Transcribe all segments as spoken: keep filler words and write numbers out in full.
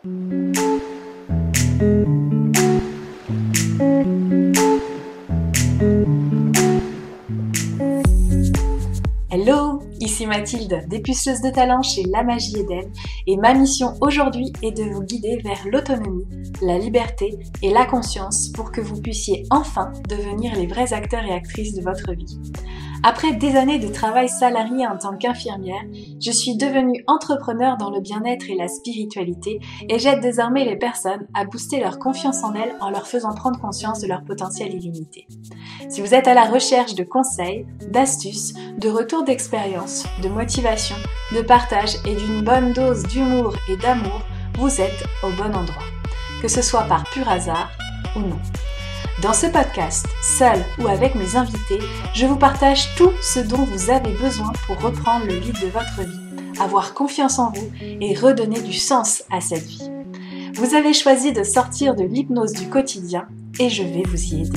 Hello, ici Mathilde, dépuceuse de talent chez La Magie Eden, et ma mission aujourd'hui est de vous guider vers l'autonomie, la liberté et la conscience pour que vous puissiez enfin devenir les vrais acteurs et actrices de votre vie. Après des années de travail salarié en tant qu'infirmière, je suis devenue entrepreneur dans le bien-être et la spiritualité et j'aide désormais les personnes à booster leur confiance en elles en leur faisant prendre conscience de leur potentiel illimité. Si vous êtes à la recherche de conseils, d'astuces, de retours d'expérience, de motivation, de partage et d'une bonne dose d'humour et d'amour, vous êtes au bon endroit, que ce soit par pur hasard ou non. Dans ce podcast, seul ou avec mes invités, je vous partage tout ce dont vous avez besoin pour reprendre le lead de votre vie, avoir confiance en vous et redonner du sens à cette vie. Vous avez choisi de sortir de l'hypnose du quotidien et je vais vous y aider.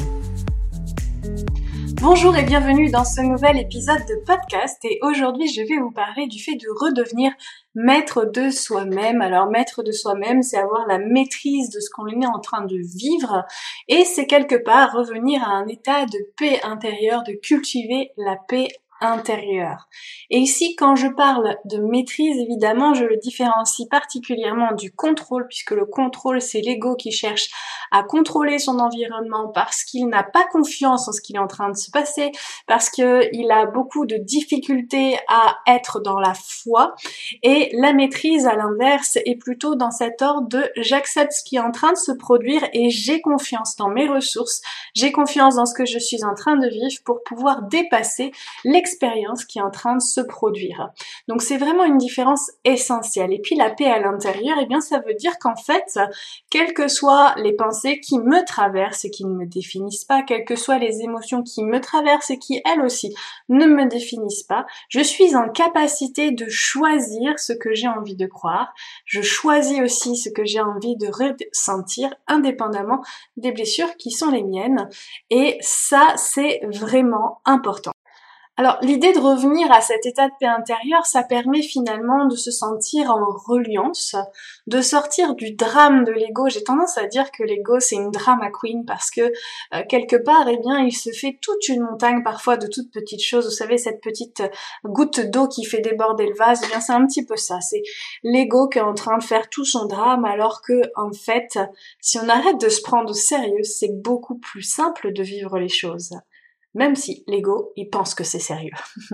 Bonjour et bienvenue dans ce nouvel épisode de podcast et aujourd'hui je vais vous parler du fait de redevenir maître de soi-même. Alors maître de soi-même, c'est avoir la maîtrise de ce qu'on est en train de vivre et c'est quelque part revenir à un état de paix intérieure, de cultiver la paix intérieure. Et ici, quand je parle de maîtrise, évidemment, je le différencie particulièrement du contrôle, puisque le contrôle, c'est l'ego qui cherche à contrôler son environnement parce qu'il n'a pas confiance en ce qui est en train de se passer, parce qu'il a beaucoup de difficultés à être dans la foi. Et la maîtrise, à l'inverse, est plutôt dans cet ordre de j'accepte ce qui est en train de se produire et j'ai confiance dans mes ressources, j'ai confiance dans ce que je suis en train de vivre pour pouvoir dépasser l'expérience expérience qui est en train de se produire. Donc c'est vraiment une différence essentielle. Et puis la paix à l'intérieur, eh bien ça veut dire qu'en fait, quelles que soient les pensées qui me traversent et qui ne me définissent pas, quelles que soient les émotions qui me traversent et qui elles aussi ne me définissent pas, je suis en capacité de choisir ce que j'ai envie de croire. Je choisis aussi ce que j'ai envie de ressentir indépendamment des blessures qui sont les miennes. Et ça, c'est vraiment important. Alors, l'idée de revenir à cet état de paix intérieure, ça permet finalement de se sentir en reliance, de sortir du drame de l'ego. J'ai tendance à dire que l'ego, c'est une drama queen parce que, euh, quelque part, eh bien, il se fait toute une montagne parfois de toutes petites choses. Vous savez, cette petite goutte d'eau qui fait déborder le vase, eh bien, c'est un petit peu ça. C'est l'ego qui est en train de faire tout son drame alors que, en fait, si on arrête de se prendre au sérieux, c'est beaucoup plus simple de vivre les choses. Même si l'ego, il pense que c'est sérieux.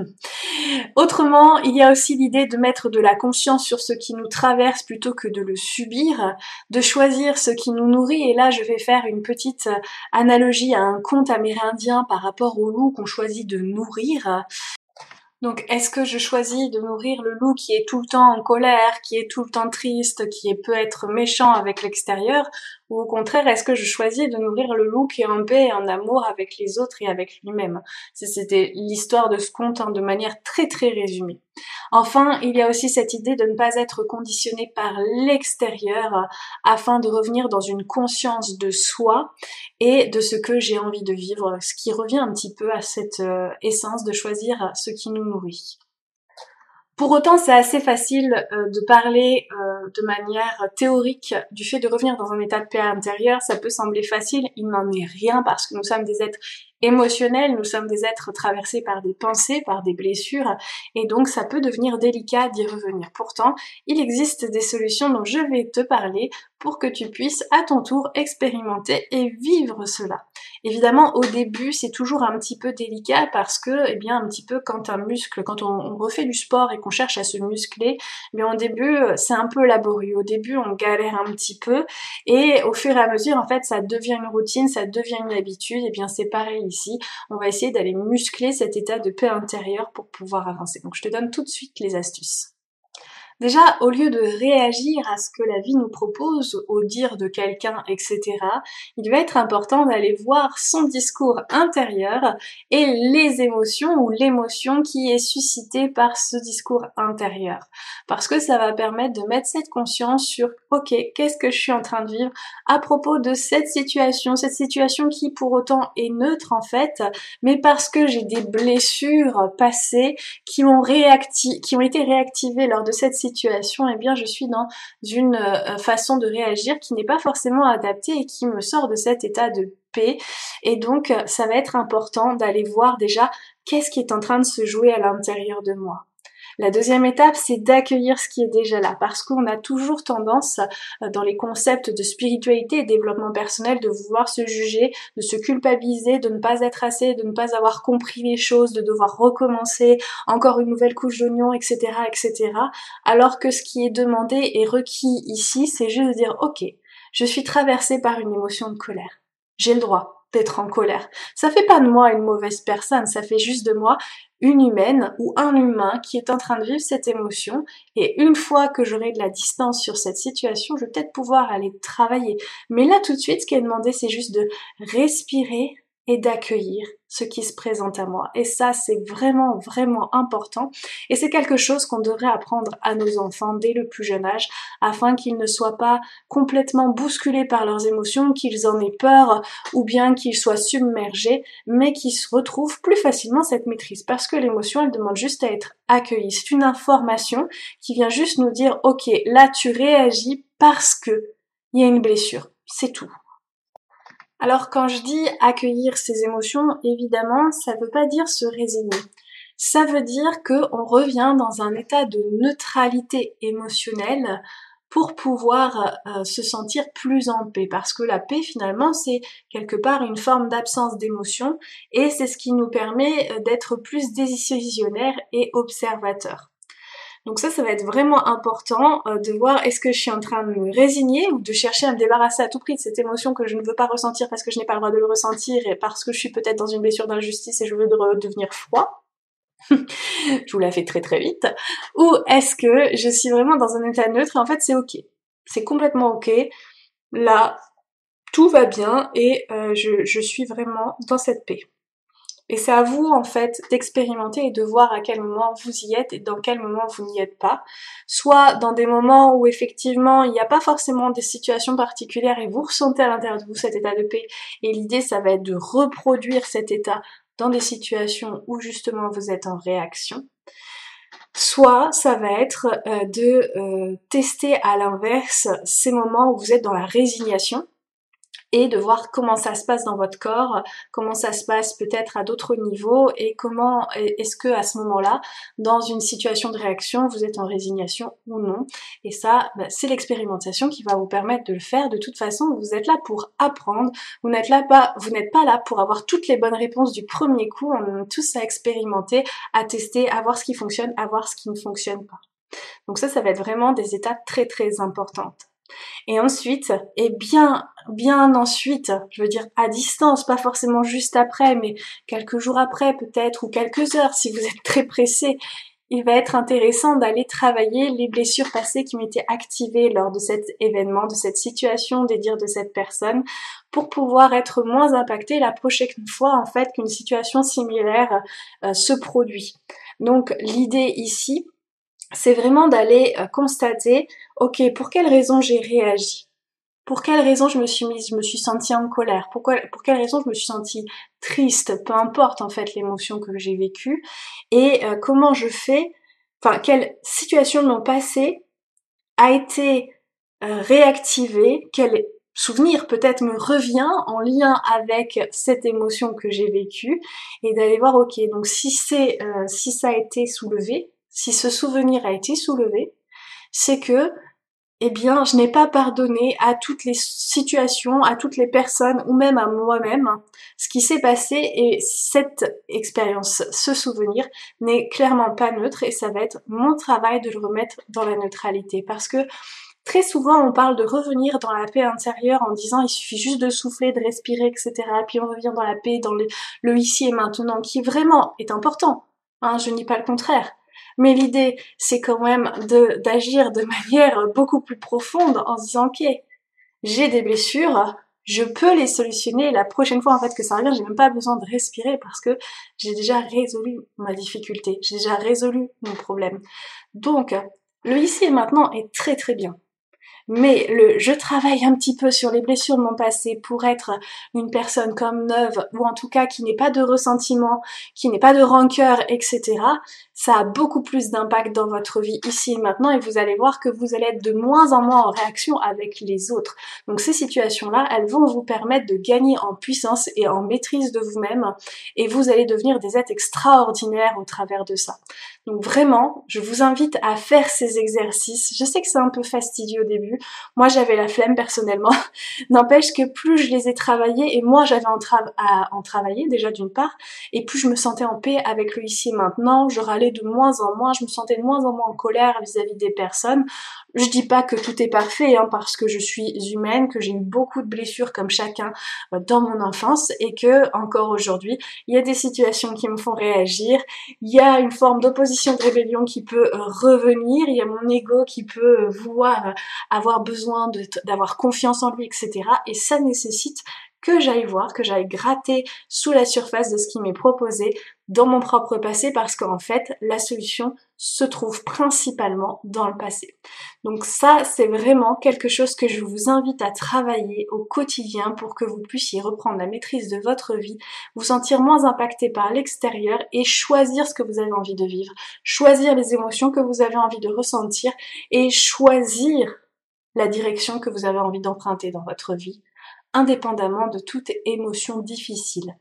Autrement, il y a aussi l'idée de mettre de la conscience sur ce qui nous traverse plutôt que de le subir, de choisir ce qui nous nourrit. Et là, je vais faire une petite analogie à un conte amérindien par rapport au loup qu'on choisit de nourrir. Donc, est-ce que je choisis de nourrir le loup qui est tout le temps en colère, qui est tout le temps triste, qui peut être méchant avec l'extérieur, ou au contraire, est-ce que je choisis de nourrir le loup qui est en paix et en amour avec les autres et avec lui-même? C'était l'histoire de ce conte hein, de manière très très résumée. Enfin, il y a aussi cette idée de ne pas être conditionné par l'extérieur euh, afin de revenir dans une conscience de soi et de ce que j'ai envie de vivre, ce qui revient un petit peu à cette euh, essence de choisir ce qui nous nourrit. Pour autant, c'est assez facile euh, de parler euh, de manière théorique du fait de revenir dans un état de paix intérieur. Ça peut sembler facile, il n'en est rien parce que nous sommes des êtres émotionnels, nous sommes des êtres traversés par des pensées, par des blessures, et donc ça peut devenir délicat d'y revenir. Pourtant, il existe des solutions dont je vais te parler pour que tu puisses à ton tour expérimenter et vivre cela. Évidemment, au début, c'est toujours un petit peu délicat parce que, eh bien, un petit peu quand un muscle, quand on, on refait du sport et qu'on cherche à se muscler, eh bien, au début, c'est un peu laborieux. Au début, on galère un petit peu et au fur et à mesure, en fait, ça devient une routine, ça devient une habitude. Et bien, c'est pareil ici. On va essayer d'aller muscler cet état de paix intérieure pour pouvoir avancer. Donc, je te donne tout de suite les astuces. Déjà, au lieu de réagir à ce que la vie nous propose, au dire de quelqu'un, et cetera, il va être important d'aller voir son discours intérieur et les émotions ou l'émotion qui est suscitée par ce discours intérieur. Parce que ça va permettre de mettre cette conscience sur « Ok, qu'est-ce que je suis en train de vivre à propos de cette situation ?» Cette situation qui pour autant est neutre en fait, mais parce que j'ai des blessures passées qui ont, réacti- qui ont été réactivées lors de cette situation situation, eh bien je suis dans une euh, façon de réagir qui n'est pas forcément adaptée et qui me sort de cet état de paix. Et donc ça va être important d'aller voir déjà qu'est-ce qui est en train de se jouer à l'intérieur de moi. La deuxième étape, c'est d'accueillir ce qui est déjà là, parce qu'on a toujours tendance, dans les concepts de spiritualité et développement personnel, de vouloir se juger, de se culpabiliser, de ne pas être assez, de ne pas avoir compris les choses, de devoir recommencer, encore une nouvelle couche d'oignon, et cetera, et cetera. Alors que ce qui est demandé et requis ici, c'est juste de dire, ok, je suis traversée par une émotion de colère. J'ai le droit d'être en colère. Ça fait pas de moi une mauvaise personne, ça fait juste de moi une humaine ou un humain qui est en train de vivre cette émotion, et une fois que j'aurai de la distance sur cette situation, je vais peut-être pouvoir aller travailler. Mais là tout de suite, ce qui est demandé, c'est juste de respirer et d'accueillir ce qui se présente à moi. Et ça, c'est vraiment, vraiment important. Et c'est quelque chose qu'on devrait apprendre à nos enfants dès le plus jeune âge, afin qu'ils ne soient pas complètement bousculés par leurs émotions, qu'ils en aient peur, ou bien qu'ils soient submergés, mais qu'ils se retrouvent plus facilement cette maîtrise. Parce que l'émotion, elle demande juste à être accueillie. C'est une information qui vient juste nous dire, ok, là tu réagis parce que il y a une blessure. C'est tout. Alors quand je dis accueillir ses émotions, évidemment, ça veut pas dire se résigner. Ça veut dire qu'on revient dans un état de neutralité émotionnelle pour pouvoir euh, se sentir plus en paix. Parce que la paix, finalement, c'est quelque part une forme d'absence d'émotion, et c'est ce qui nous permet d'être plus décisionnaire et observateur. Donc ça, ça va être vraiment important euh, de voir est-ce que je suis en train de me résigner ou de chercher à me débarrasser à tout prix de cette émotion que je ne veux pas ressentir parce que je n'ai pas le droit de le ressentir et parce que je suis peut-être dans une blessure d'injustice et je veux devenir froid. Je vous la fais très très vite. Ou est-ce que je suis vraiment dans un état neutre et en fait c'est ok. C'est complètement ok. Là, tout va bien et euh, je, je suis vraiment dans cette paix. Et c'est à vous, en fait, d'expérimenter et de voir à quel moment vous y êtes et dans quel moment vous n'y êtes pas. Soit dans des moments où, effectivement, il n'y a pas forcément des situations particulières et vous ressentez à l'intérieur de vous cet état de paix. Et l'idée, ça va être de reproduire cet état dans des situations où, justement, vous êtes en réaction. Soit ça va être euh, de euh, tester à l'inverse ces moments où vous êtes dans la résignation, et de voir comment ça se passe dans votre corps, comment ça se passe peut-être à d'autres niveaux, et comment est-ce que à ce moment-là, dans une situation de réaction, vous êtes en résignation ou non. Et ça, bah, c'est l'expérimentation qui va vous permettre de le faire. De toute façon, vous êtes là pour apprendre, vous n'êtes là pas, vous n'êtes pas là pour avoir toutes les bonnes réponses du premier coup. On est tous à expérimenter, à tester, à voir ce qui fonctionne, à voir ce qui ne fonctionne pas. Donc ça, ça va être vraiment des étapes très très importantes. Et ensuite, et bien, bien ensuite, je veux dire à distance, pas forcément juste après, mais quelques jours après peut-être, ou quelques heures si vous êtes très pressé, il va être intéressant d'aller travailler les blessures passées qui ont été activées lors de cet événement, de cette situation, des dires de cette personne, pour pouvoir être moins impacté la prochaine fois en fait qu'une situation similaire euh, se produit. Donc l'idée ici, c'est vraiment d'aller euh, constater, ok, pour quelle raison j'ai réagi? Pour quelle raison je me suis mise, je me suis sentie en colère? Pourquoi, pour quelle raison je me suis sentie triste? Peu importe en fait l'émotion que j'ai vécue. Et euh, comment je fais, enfin, quelle situation de mon passé a été euh, réactivée? Quel souvenir peut-être me revient en lien avec cette émotion que j'ai vécue? Et d'aller voir, ok, donc si c'est, euh, si ça a été soulevé, si ce souvenir a été soulevé, c'est que, eh bien, je n'ai pas pardonné à toutes les situations, à toutes les personnes, ou même à moi-même, ce qui s'est passé, et cette expérience, ce souvenir, n'est clairement pas neutre, et ça va être mon travail de le remettre dans la neutralité, parce que très souvent, on parle de revenir dans la paix intérieure en disant il suffit juste de souffler, de respirer, et cetera. Puis on revient dans la paix, dans le, le ici et maintenant, qui vraiment est important, hein, je ne dis pas le contraire. Mais l'idée, c'est quand même de d'agir de manière beaucoup plus profonde en se disant, ok, j'ai des blessures, je peux les solutionner. La prochaine fois en fait que ça revient, j'ai même pas besoin de respirer parce que j'ai déjà résolu ma difficulté, j'ai déjà résolu mon problème. Donc, le ici et maintenant est très très bien. Mais le je travaille un petit peu sur les blessures de mon passé pour être une personne comme neuve, ou en tout cas qui n'ait pas de ressentiment, qui n'ait pas de rancœur, et cetera, ça a beaucoup plus d'impact dans votre vie ici et maintenant, et vous allez voir que vous allez être de moins en moins en réaction avec les autres. Donc ces situations-là, elles vont vous permettre de gagner en puissance et en maîtrise de vous-même, et vous allez devenir des êtres extraordinaires au travers de ça. Donc vraiment, je vous invite à faire ces exercices. Je sais que c'est un peu fastidieux au début. Moi, j'avais la flemme personnellement. N'empêche que plus je les ai travaillés, et moi j'avais en tra- à en travailler déjà d'une part, et plus je me sentais en paix avec le ici et maintenant, je râlais de moins en moins, je me sentais de moins en moins en colère vis-à-vis des personnes. Je dis pas que tout est parfait, hein, parce que je suis humaine, que j'ai eu beaucoup de blessures comme chacun euh, dans mon enfance, et que encore aujourd'hui, il y a des situations qui me font réagir, il y a une forme d'opposition, de rébellion qui peut euh, revenir, il y a mon ego qui peut euh, vouloir euh, avoir besoin de, d'avoir confiance en lui, et cetera. Et ça nécessite que j'aille voir, que j'aille gratter sous la surface de ce qui m'est proposé dans mon propre passé, parce qu'en fait, la solution se trouve principalement dans le passé. Donc ça, c'est vraiment quelque chose que je vous invite à travailler au quotidien pour que vous puissiez reprendre la maîtrise de votre vie, vous sentir moins impacté par l'extérieur et choisir ce que vous avez envie de vivre, choisir les émotions que vous avez envie de ressentir et choisir la direction que vous avez envie d'emprunter dans votre vie, indépendamment de toute émotion difficile.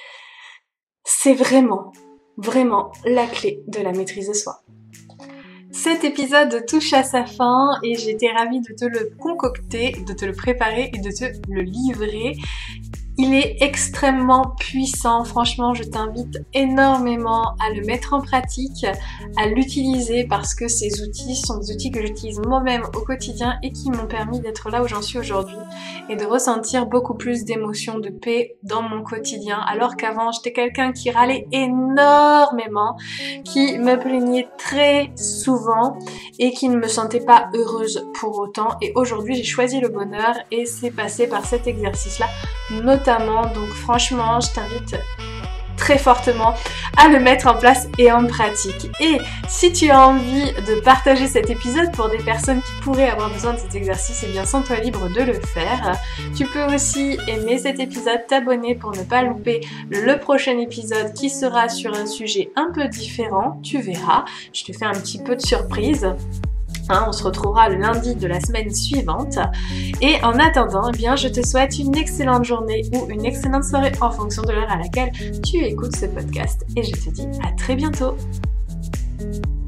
C'est vraiment, vraiment la clé de la maîtrise de soi. Cet épisode touche à sa fin et j'étais ravie de te le concocter, de te le préparer et de te le livrer. Il est extrêmement puissant, franchement je t'invite énormément à le mettre en pratique, à l'utiliser parce que ces outils sont des outils que j'utilise moi-même au quotidien et qui m'ont permis d'être là où j'en suis aujourd'hui et de ressentir beaucoup plus d'émotions, de paix dans mon quotidien, alors qu'avant j'étais quelqu'un qui râlait énormément, qui me plaignait très souvent et qui ne me sentait pas heureuse pour autant, et aujourd'hui j'ai choisi le bonheur et c'est passé par cet exercice-là notamment. Donc franchement, je t'invite très fortement à le mettre en place et en pratique. Et si tu as envie de partager cet épisode pour des personnes qui pourraient avoir besoin de cet exercice, eh bien sens-toi libre de le faire. Tu peux aussi aimer cet épisode, t'abonner pour ne pas louper le prochain épisode qui sera sur un sujet un peu différent. Tu verras, je te fais un petit peu de surprise. Hein, on se retrouvera le lundi de la semaine suivante. Et en attendant, eh bien, je te souhaite une excellente journée ou une excellente soirée en fonction de l'heure à laquelle tu écoutes ce podcast. Et je te dis à très bientôt.